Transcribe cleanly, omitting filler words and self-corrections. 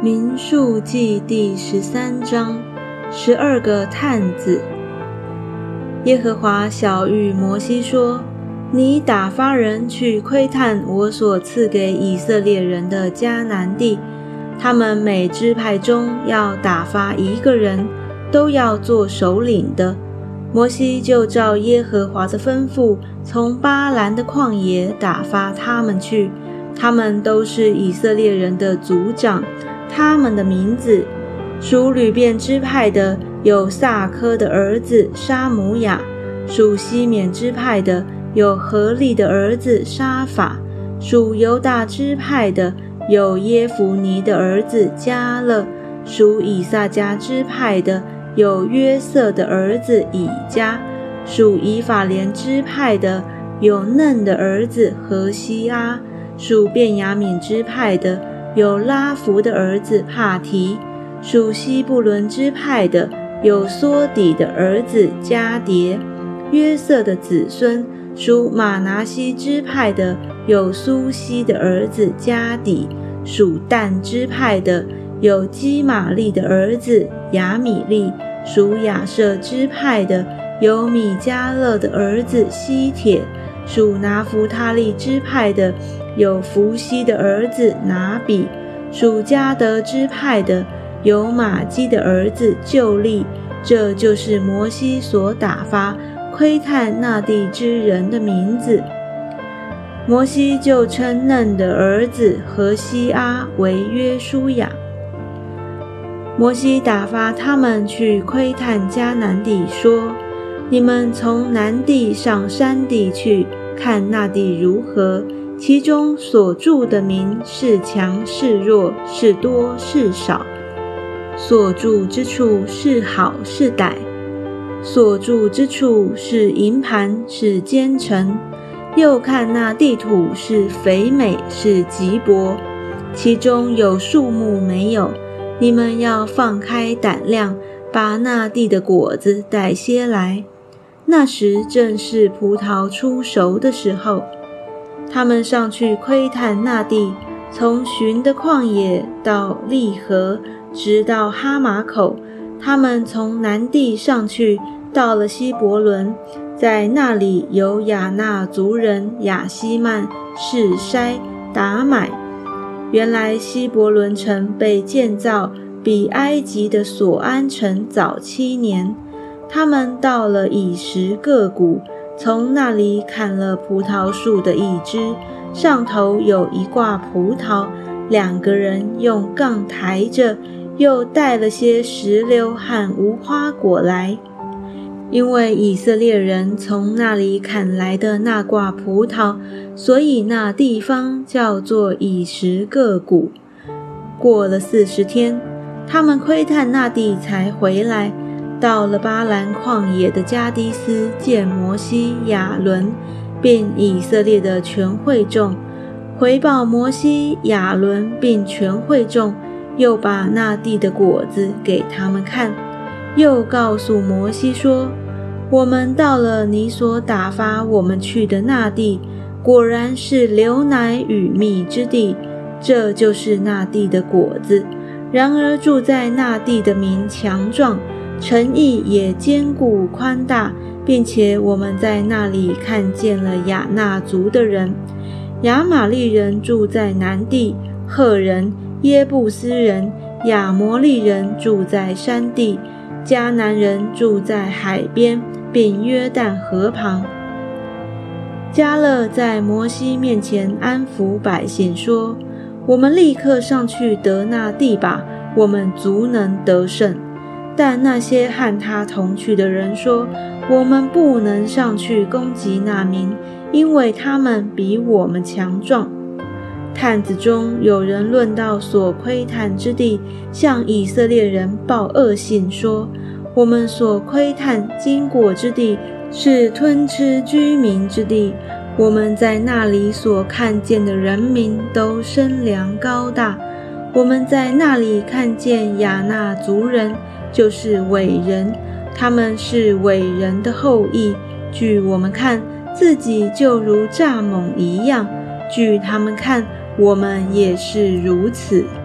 民数记第13章，12个探子。耶和华晓谕摩西说：你打发人去窥探我所赐给以色列人的迦南地，他们每支派中要打发一个人，都要做首领的。摩西就照耶和华的吩咐，从巴兰的旷野打发他们去，他们都是以色列人的族长。他们的名字，属吕便支派的有撒科的儿子沙姆亚，属西缅支派的有何利的儿子沙法，属犹大支派的有耶孚尼的儿子迦勒，属以撒迦支派的有约瑟的儿子以迦，属以法莲支派的有嫩的儿子何西阿，属便雅悯支派的有拉弗的儿子帕提，属西布伦支派的有梭底的儿子迦迭，约瑟的子孙属马拿西支派的有苏西的儿子迦底，属但支派的有基玛利的儿子亚米利，属亚设支派的有米迦勒的儿子西帖，属拿弗他利支派的有弗西的儿子拿比，属迦得支派的有玛基的儿子旧利。这就是摩西所打发窥探那地之人的名字。摩西就称嫩的儿子何西阿为约书亚。摩西打发他们去窥探迦南地，说：你们从南地上山地去，看那地如何，其中所住的民是强是弱，是多是少，所住之处是好是歹，所住之处是营盘是坚城，又看那地土是肥美是瘠薄，其中有树木没有，你们要放开胆量，把那地的果子带些来。那时正是葡萄出熟的时候。他们上去窥探那地，从寻的旷野到利河，直到哈马口。他们从南地上去，到了希伯伦，在那里有亚衲族人亚希曼、示筛、达买。原来希伯伦城被建造比埃及的索安城早7年。他们到了以实各谷，从那里砍了葡萄树的一枝，上头有一挂葡萄，2个人用杠抬着，又带了些石榴和无花果来。因为以色列人从那里砍来的那挂葡萄，所以那地方叫做以实各谷。过了40天，他们窥探那地才回来，到了巴兰旷野的加低斯，见摩西、亚伦，并以色列的全会众，回报摩西、亚伦并全会众，又把那地的果子给他们看，又告诉摩西说：我们到了你所打发我们去的那地，果然是流奶与蜜之地，这就是那地的果子。然而住在那地的民强壮，城邑也坚固宽大，并且我们在那里看见了亚衲族的人。亚玛利人住在南地，赫人、耶布斯人、亚摩利人住在山地，迦南人住在海边，并约旦河旁。迦勒在摩西面前安抚百姓说：我们立刻上去得那地吧，我们足能得胜。但那些和他同去的人说：我们不能上去攻击那民，因为他们比我们强壮。探子中有人论到所窥探之地，向以色列人报恶信说：我们所窥探经过之地是吞吃居民之地，我们在那里所看见的人民都身量高大，我们在那里看见亚衲族人，就是伟人，他们是伟人的后裔，据我们看，自己就如蚱蜢一样，据他们看，我们也是如此。